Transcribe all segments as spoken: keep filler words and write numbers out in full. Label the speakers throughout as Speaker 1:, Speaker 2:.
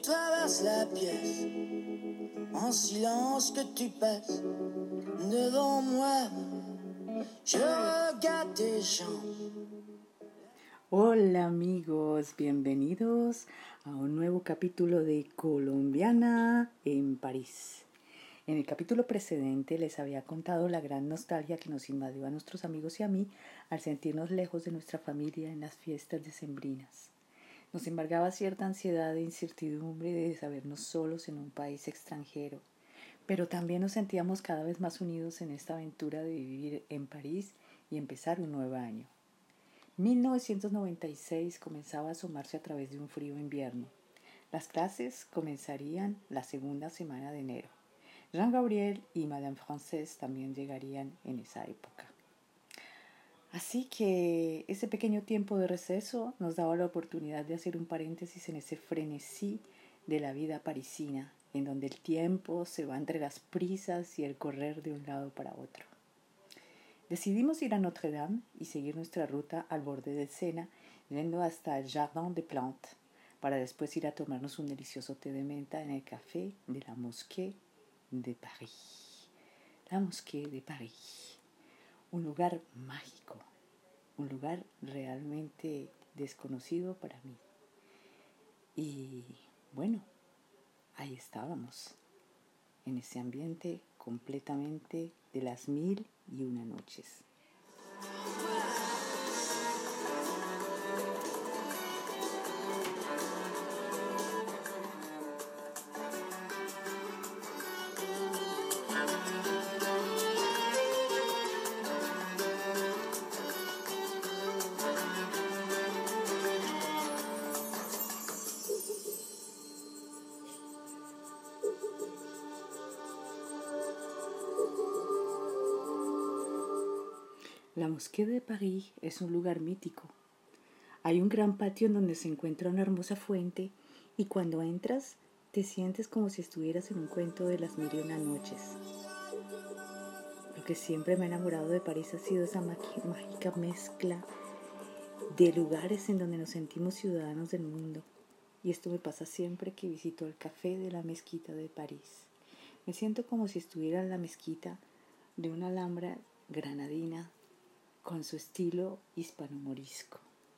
Speaker 1: traverses la pièce, en silence que tu passes devant moi, je regarde tes jambes.
Speaker 2: Hola amigos, bienvenidos a un nuevo capítulo de Colombiana en París. En el capítulo precedente les había contado la gran nostalgia que nos invadió a nuestros amigos y a mí al sentirnos lejos de nuestra familia en las fiestas decembrinas. Nos embargaba cierta ansiedad e incertidumbre de sabernos solos en un país extranjero, pero también nos sentíamos cada vez más unidos en esta aventura de vivir en París y empezar un nuevo año. mil novecientos noventa y seis comenzaba a asomarse a través de un frío invierno. Las clases comenzarían la segunda semana de enero. Jean Gabriel y Madame Frances también llegarían en esa época. Así que ese pequeño tiempo de receso nos daba la oportunidad de hacer un paréntesis en ese frenesí de la vida parisina, en donde el tiempo se va entre las prisas y el correr de un lado para otro. Decidimos ir a Notre Dame y seguir nuestra ruta al borde del Sena, yendo hasta el Jardin des Plantes, para después ir a tomarnos un delicioso té de menta en el café de la Mosquée de París. La Mosquée de París. Un lugar mágico, un lugar realmente desconocido para mí. Y bueno, ahí estábamos, en ese ambiente completamente de las mil y una noches. La Mosquée de París es un lugar mítico. Hay un gran patio en donde se encuentra una hermosa fuente y cuando entras te sientes como si estuvieras en un cuento de las mil y una noches. Lo que siempre me ha enamorado de París ha sido esa mágica mezcla de lugares en donde nos sentimos ciudadanos del mundo. Y esto me pasa siempre que visito el café de la mezquita de París. Me siento como si estuviera en la mezquita de una alhambra granadina con su estilo hispano-morisco.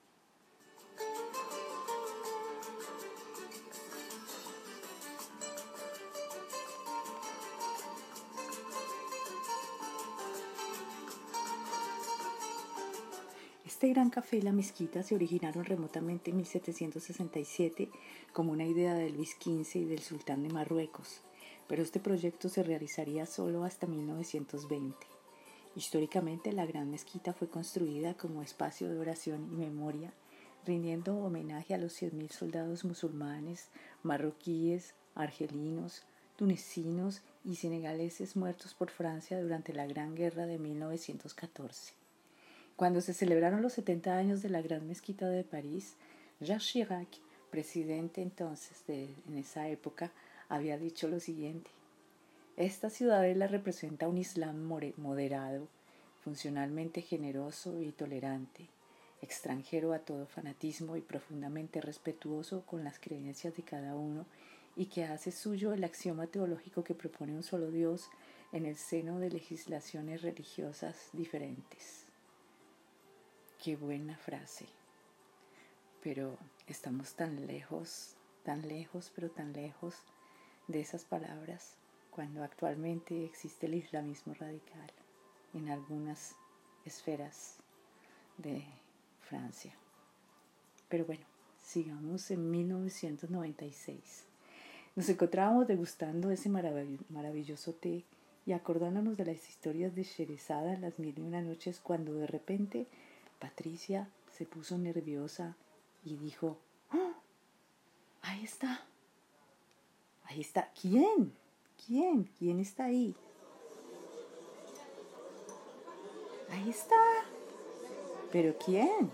Speaker 2: Este gran café y la mezquita se originaron remotamente en mil setecientos sesenta y siete como una idea de Luis quince y del sultán de Marruecos, pero este proyecto se realizaría solo hasta mil novecientos veinte. Históricamente, la Gran Mezquita fue construida como espacio de oración y memoria, rindiendo homenaje a los cien mil soldados musulmanes, marroquíes, argelinos, tunecinos y senegaleses muertos por Francia durante la Gran Guerra de mil novecientos catorce. Cuando se celebraron los setenta años de la Gran Mezquita de París, Jacques Chirac, presidente entonces de, en esa época, había dicho lo siguiente: esta ciudadela representa un Islam moderado, funcionalmente generoso y tolerante, extranjero a todo fanatismo y profundamente respetuoso con las creencias de cada uno y que hace suyo el axioma teológico que propone un solo Dios en el seno de legislaciones religiosas diferentes. Qué buena frase. Pero estamos tan lejos, tan lejos, pero tan lejos de esas palabras, cuando actualmente existe el islamismo radical en algunas esferas de Francia. Pero bueno, sigamos en mil novecientos noventa y seis. Nos encontrábamos degustando ese marav- maravilloso té y acordándonos de las historias de Sherezada en las mil y una noches, cuando de repente Patricia se puso nerviosa y dijo: ¡oh! Ahí está, ahí está. ¿Quién? ¿Quién? ¿Quién está ahí? Ahí está. ¿Pero quién?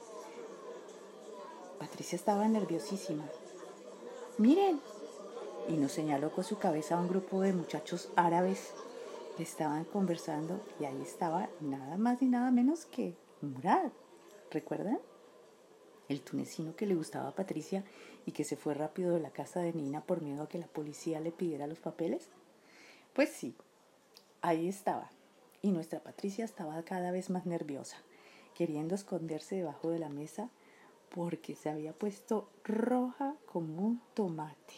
Speaker 2: Patricia estaba nerviosísima. Miren. Y nos señaló con su cabeza a un grupo de muchachos árabes que estaban conversando y ahí estaba nada más ni nada menos que Murad. ¿Recuerdan? El tunecino que le gustaba a Patricia y que se fue rápido de la casa de Nina por miedo a que la policía le pidiera los papeles. Pues sí, ahí estaba. Y nuestra Patricia estaba cada vez más nerviosa, queriendo esconderse debajo de la mesa porque se había puesto roja como un tomate.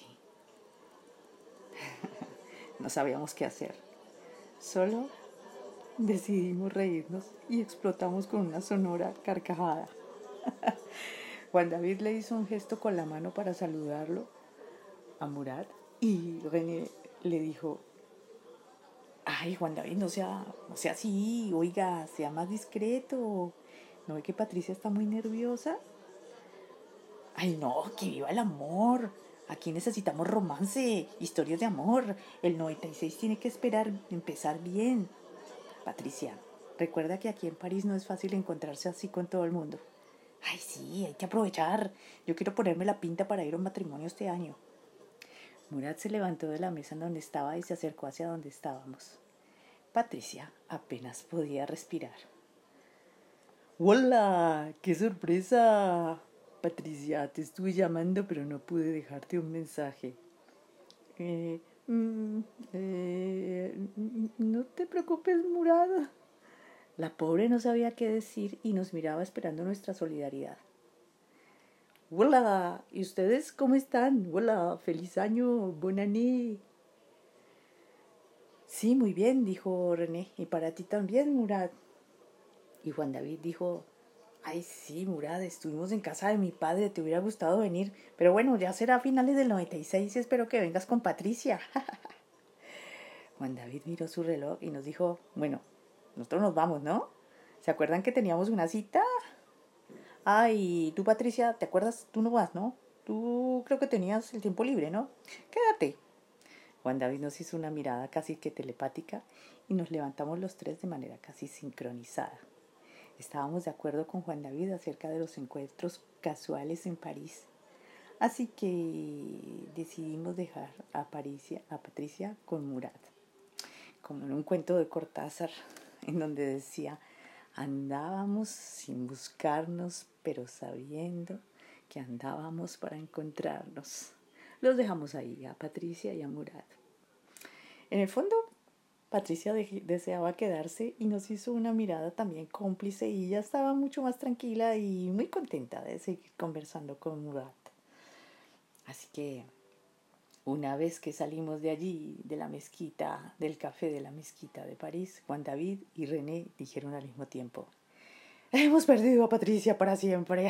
Speaker 2: No sabíamos qué hacer. Solo decidimos reírnos y explotamos con una sonora carcajada. Juan David le hizo un gesto con la mano para saludarlo a Murat y René le dijo: ay, Juan David, no sea, no sea así, oiga, sea más discreto. ¿No ve que Patricia está muy nerviosa? Ay, no, que viva el amor. Aquí necesitamos romance, historias de amor. El noventa y seis tiene que esperar, empezar bien. Patricia, recuerda que aquí en París no es fácil encontrarse así con todo el mundo. Ay, sí, hay que aprovechar. Yo quiero ponerme la pinta para ir a un matrimonio este año. Murat se levantó de la mesa en donde estaba y se acercó hacia donde estábamos. Patricia apenas podía respirar. ¡Hola! ¡Qué sorpresa! Patricia, te estuve llamando pero no pude dejarte un mensaje. Eh, mm, eh, no te preocupes, Murat. La pobre no sabía qué decir y nos miraba esperando nuestra solidaridad. ¡Hola! ¿Y ustedes cómo están? ¡Hola! ¡Feliz año! ¡Bon année! Sí, muy bien, dijo René. Y para ti también, Murat. Y Juan David dijo: ay, sí, Murat, estuvimos en casa de mi padre, te hubiera gustado venir. Pero bueno, ya será a finales del noventa y seis y espero que vengas con Patricia. Juan David miró su reloj y nos dijo: bueno, nosotros nos vamos, ¿no? ¿Se acuerdan que teníamos una cita? Ay, tú, Patricia, ¿te acuerdas? Tú no vas, ¿no? Tú creo que tenías el tiempo libre, ¿no? Quédate. Juan David nos hizo una mirada casi que telepática y nos levantamos los tres de manera casi sincronizada. Estábamos de acuerdo con Juan David acerca de los encuentros casuales en París. Así que decidimos dejar a, Paricia, a Patricia con Murat. Como en un cuento de Cortázar, en donde decía: andábamos sin buscarnos, pero sabiendo que andábamos para encontrarnos. Los dejamos ahí, a Patricia y a Murat. En el fondo, Patricia de- deseaba quedarse y nos hizo una mirada también cómplice y ya estaba mucho más tranquila y muy contenta de seguir conversando con Murat. Así que una vez que salimos de allí, de la mezquita, del café de la mezquita de París, Juan David y René dijeron al mismo tiempo: hemos perdido a Patricia para siempre.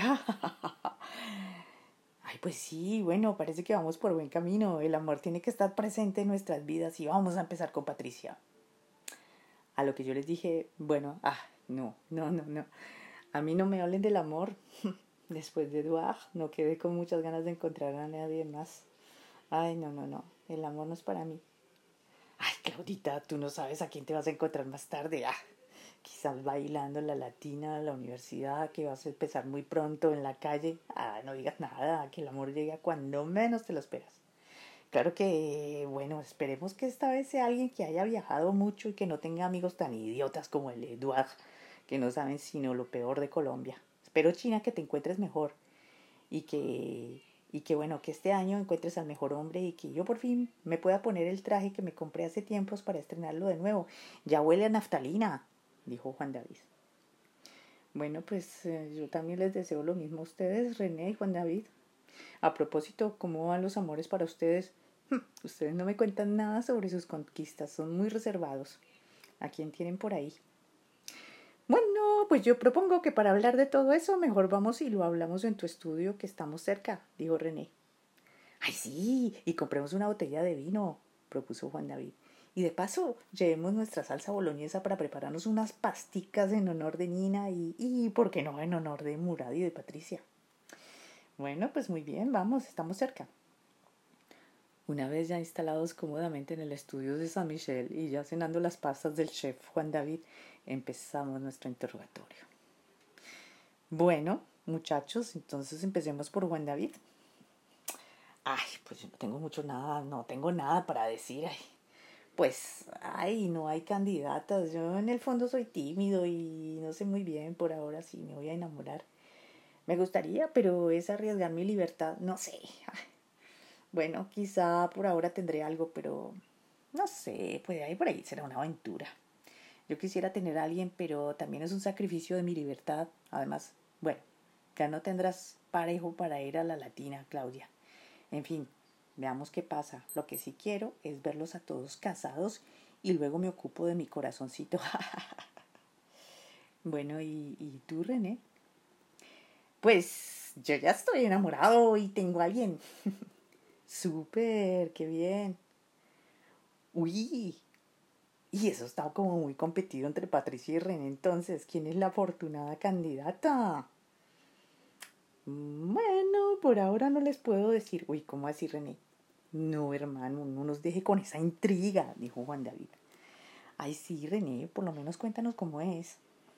Speaker 2: Ay, pues sí, bueno, parece que vamos por buen camino. El amor tiene que estar presente en nuestras vidas y vamos a empezar con Patricia. A lo que yo les dije: bueno, ah, no, no, no, no. A mí no me hablen del amor. Después de Edouard, no quedé con muchas ganas de encontrar a nadie más. Ay, no, no, no. El amor no es para mí. Ay, Claudita, tú no sabes a quién te vas a encontrar más tarde. Ah, quizás bailando la latina de la universidad, que vas a empezar muy pronto en la calle. Ah, no digas nada, que el amor llega cuando menos te lo esperas. Claro que, bueno, esperemos que esta vez sea alguien que haya viajado mucho y que no tenga amigos tan idiotas como el Eduard, que no saben sino lo peor de Colombia. Espero, China, que te encuentres mejor y que, y que, bueno, que este año encuentres al mejor hombre y que yo por fin me pueda poner el traje que me compré hace tiempos para estrenarlo de nuevo. Ya huele a naftalina, dijo Juan David. Bueno, pues eh, yo también les deseo lo mismo a ustedes, René y Juan David. A propósito, ¿cómo van los amores para ustedes? Ustedes no me cuentan nada sobre sus conquistas, son muy reservados. ¿A quién tienen por ahí? Bueno, pues yo propongo que para hablar de todo eso, mejor vamos y lo hablamos en tu estudio, que estamos cerca, dijo René. ¡Ay, sí! Y compremos una botella de vino, propuso Juan David. Y de paso, llevemos nuestra salsa boloñesa para prepararnos unas pasticas en honor de Nina y, y, ¿por qué no?, en honor de Murat y de Patricia. Bueno, pues muy bien, vamos, estamos cerca. Una vez ya instalados cómodamente en el estudio de San Michel y ya cenando las pastas del chef Juan David, empezamos nuestro interrogatorio. Bueno, muchachos, entonces empecemos por Juan David. Ay, pues yo no tengo mucho nada, no tengo nada para decir. Ay, pues, ay, no hay candidatas. Yo en el fondo soy tímido y no sé muy bien por ahora si me voy a enamorar. Me gustaría, pero es arriesgar mi libertad, no sé. Bueno, quizá por ahora tendré algo, pero no sé, puede ahí por ahí será una aventura. Yo quisiera tener a alguien, pero también es un sacrificio de mi libertad. Además, bueno, ya no tendrás parejo para ir a la latina, Claudia. En fin, veamos qué pasa. Lo que sí quiero es verlos a todos casados y luego me ocupo de mi corazoncito. Bueno, ¿y, ¿y tú, René? Pues yo ya estoy enamorado y tengo a alguien. Súper, qué bien. Uy, y eso estaba como muy competido entre Patricia y René. Entonces, ¿quién es la afortunada candidata? Bueno, por ahora no les puedo decir. Uy, ¿cómo así, René? No, hermano, no nos deje con esa intriga, dijo Juan David. Ay, sí, René, por lo menos cuéntanos cómo es.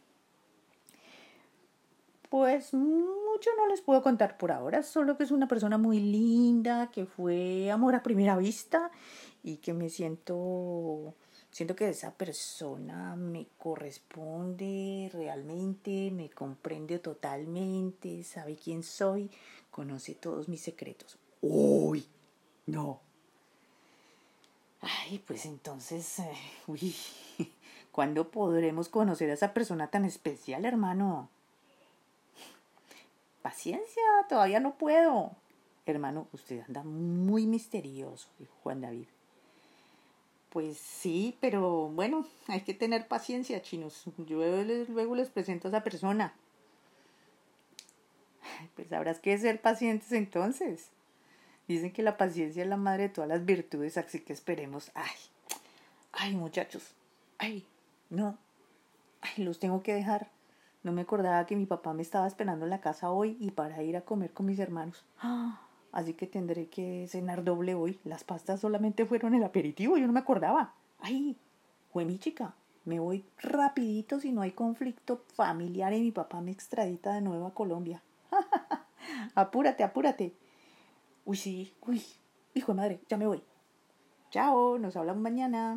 Speaker 2: Pues mucho no les puedo contar por ahora, solo que es una persona muy linda, que fue amor a primera vista y que me siento, siento que esa persona me corresponde realmente, me comprende totalmente, sabe quién soy, conoce todos mis secretos. Uy, no. Ay, pues entonces, eh, uy, ¿cuándo podremos conocer a esa persona tan especial, hermano? Paciencia, todavía no puedo. Hermano, usted anda muy misterioso, dijo Juan David. Pues sí, pero bueno, hay que tener paciencia, chinos. Yo les, luego les presento a esa persona. Pues habrás que ser pacientes entonces. Dicen que la paciencia es la madre de todas las virtudes, así que esperemos. Ay, ay, muchachos. Ay, no. Ay, los tengo que dejar. No me acordaba que mi papá me estaba esperando en la casa hoy y para ir a comer con mis hermanos. ¡Ah! Así que tendré que cenar doble hoy. Las pastas solamente fueron el aperitivo, yo no me acordaba. ¡Ay! Fue mi chica. Me voy rapidito si no hay conflicto familiar y mi papá me extradita de nuevo a Colombia. Apúrate, apúrate. Uy, sí, uy. Hijo de madre, ya me voy. Chao, nos hablamos mañana.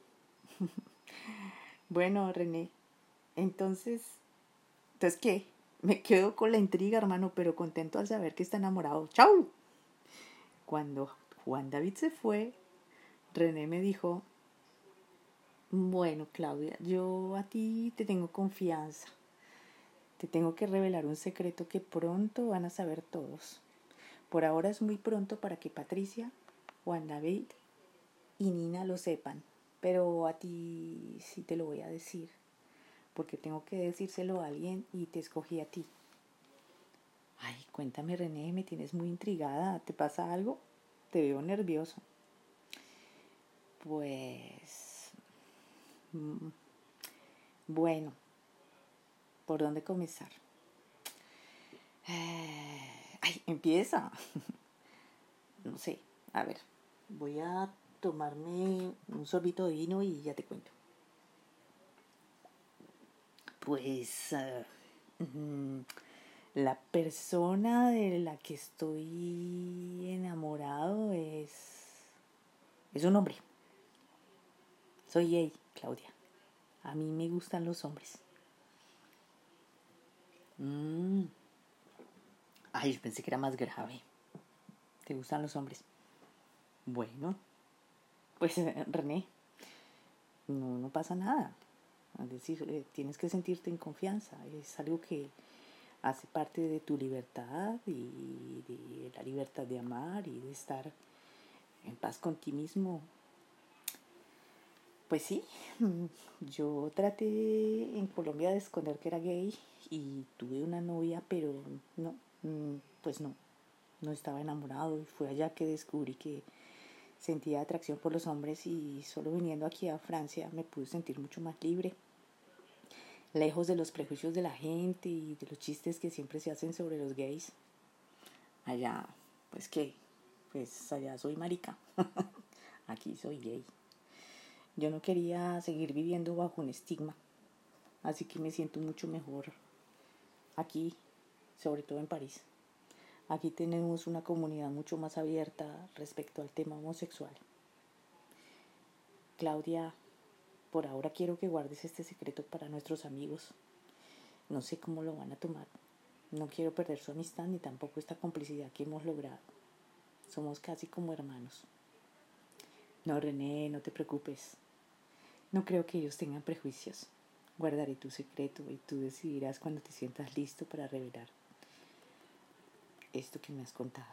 Speaker 2: Bueno, René, entonces, ¿entonces qué? Me quedo con la intriga, hermano, pero contento al saber que está enamorado. ¡Chao! Cuando Juan David se fue, René me dijo, bueno, Claudia, yo a ti te tengo confianza. Te tengo que revelar un secreto que pronto van a saber todos. Por ahora es muy pronto para que Patricia, Juan David y Nina lo sepan. Pero a ti sí te lo voy a decir, porque tengo que decírselo a alguien y te escogí a ti. Ay, cuéntame, René, me tienes muy intrigada. ¿Te pasa algo? Te veo nervioso. Pues... mm, bueno, ¿por dónde comenzar? Eh, ay, empieza. No sé, a ver, voy a tomarme un sorbito de vino y ya te cuento. Pues... Uh, mm, la persona de la que estoy enamorado es... es un hombre. Soy gay, Claudia. A mí me gustan los hombres. Mm. Ay, yo pensé que era más grave. ¿Te gustan los hombres? Bueno, pues eh, René, no, no pasa nada. Es decir, eh, tienes que sentirte en confianza. Es algo que hace parte de tu libertad y de la libertad de amar y de estar en paz con ti mismo. Pues sí, yo traté en Colombia de esconder que era gay y tuve una novia, pero no, pues no, no estaba enamorado y fue allá que descubrí que sentía atracción por los hombres y solo viniendo aquí a Francia me pude sentir mucho más libre, lejos de los prejuicios de la gente y de los chistes que siempre se hacen sobre los gays. Allá, pues qué, pues allá soy marica, aquí soy gay. Yo no quería seguir viviendo bajo un estigma, así que me siento mucho mejor aquí, sobre todo en París. Aquí tenemos una comunidad mucho más abierta respecto al tema homosexual. Claudia, por ahora quiero que guardes este secreto para nuestros amigos. No sé cómo lo van a tomar. No quiero perder su amistad ni tampoco esta complicidad que hemos logrado. Somos casi como hermanos. No, René, no te preocupes. No creo que ellos tengan prejuicios. Guardaré tu secreto y tú decidirás cuando te sientas listo para revelar esto que me has contado.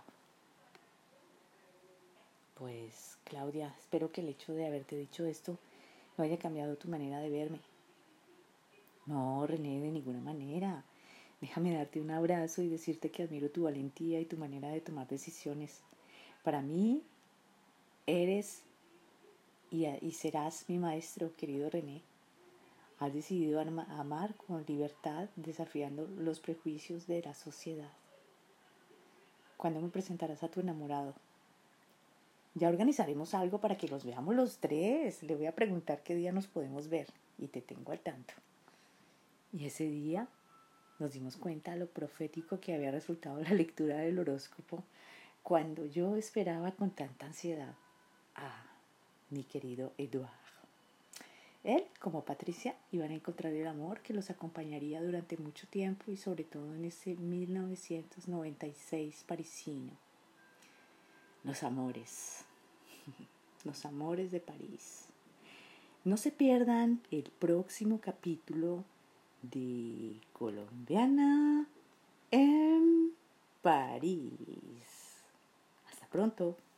Speaker 2: Pues, Claudia, espero que el hecho de haberte dicho esto no haya cambiado tu manera de verme. No, René, de ninguna manera. Déjame darte un abrazo y decirte que admiro tu valentía y tu manera de tomar decisiones. Para mí, eres y, y serás mi maestro, querido René. Has decidido amar con libertad, desafiando los prejuicios de la sociedad. ¿Cuándo me presentarás a tu enamorado? Ya organizaremos algo para que los veamos los tres. Le voy a preguntar qué día nos podemos ver y te tengo al tanto. Y ese día nos dimos cuenta de lo profético que había resultado la lectura del horóscopo cuando yo esperaba con tanta ansiedad a mi querido Eduard. Él, como Patricia, iban a encontrar el amor que los acompañaría durante mucho tiempo y sobre todo en ese mil novecientos noventa y seis parisino. Los amores, los amores de París. No se pierdan el próximo capítulo de Colombiana en París. Hasta pronto.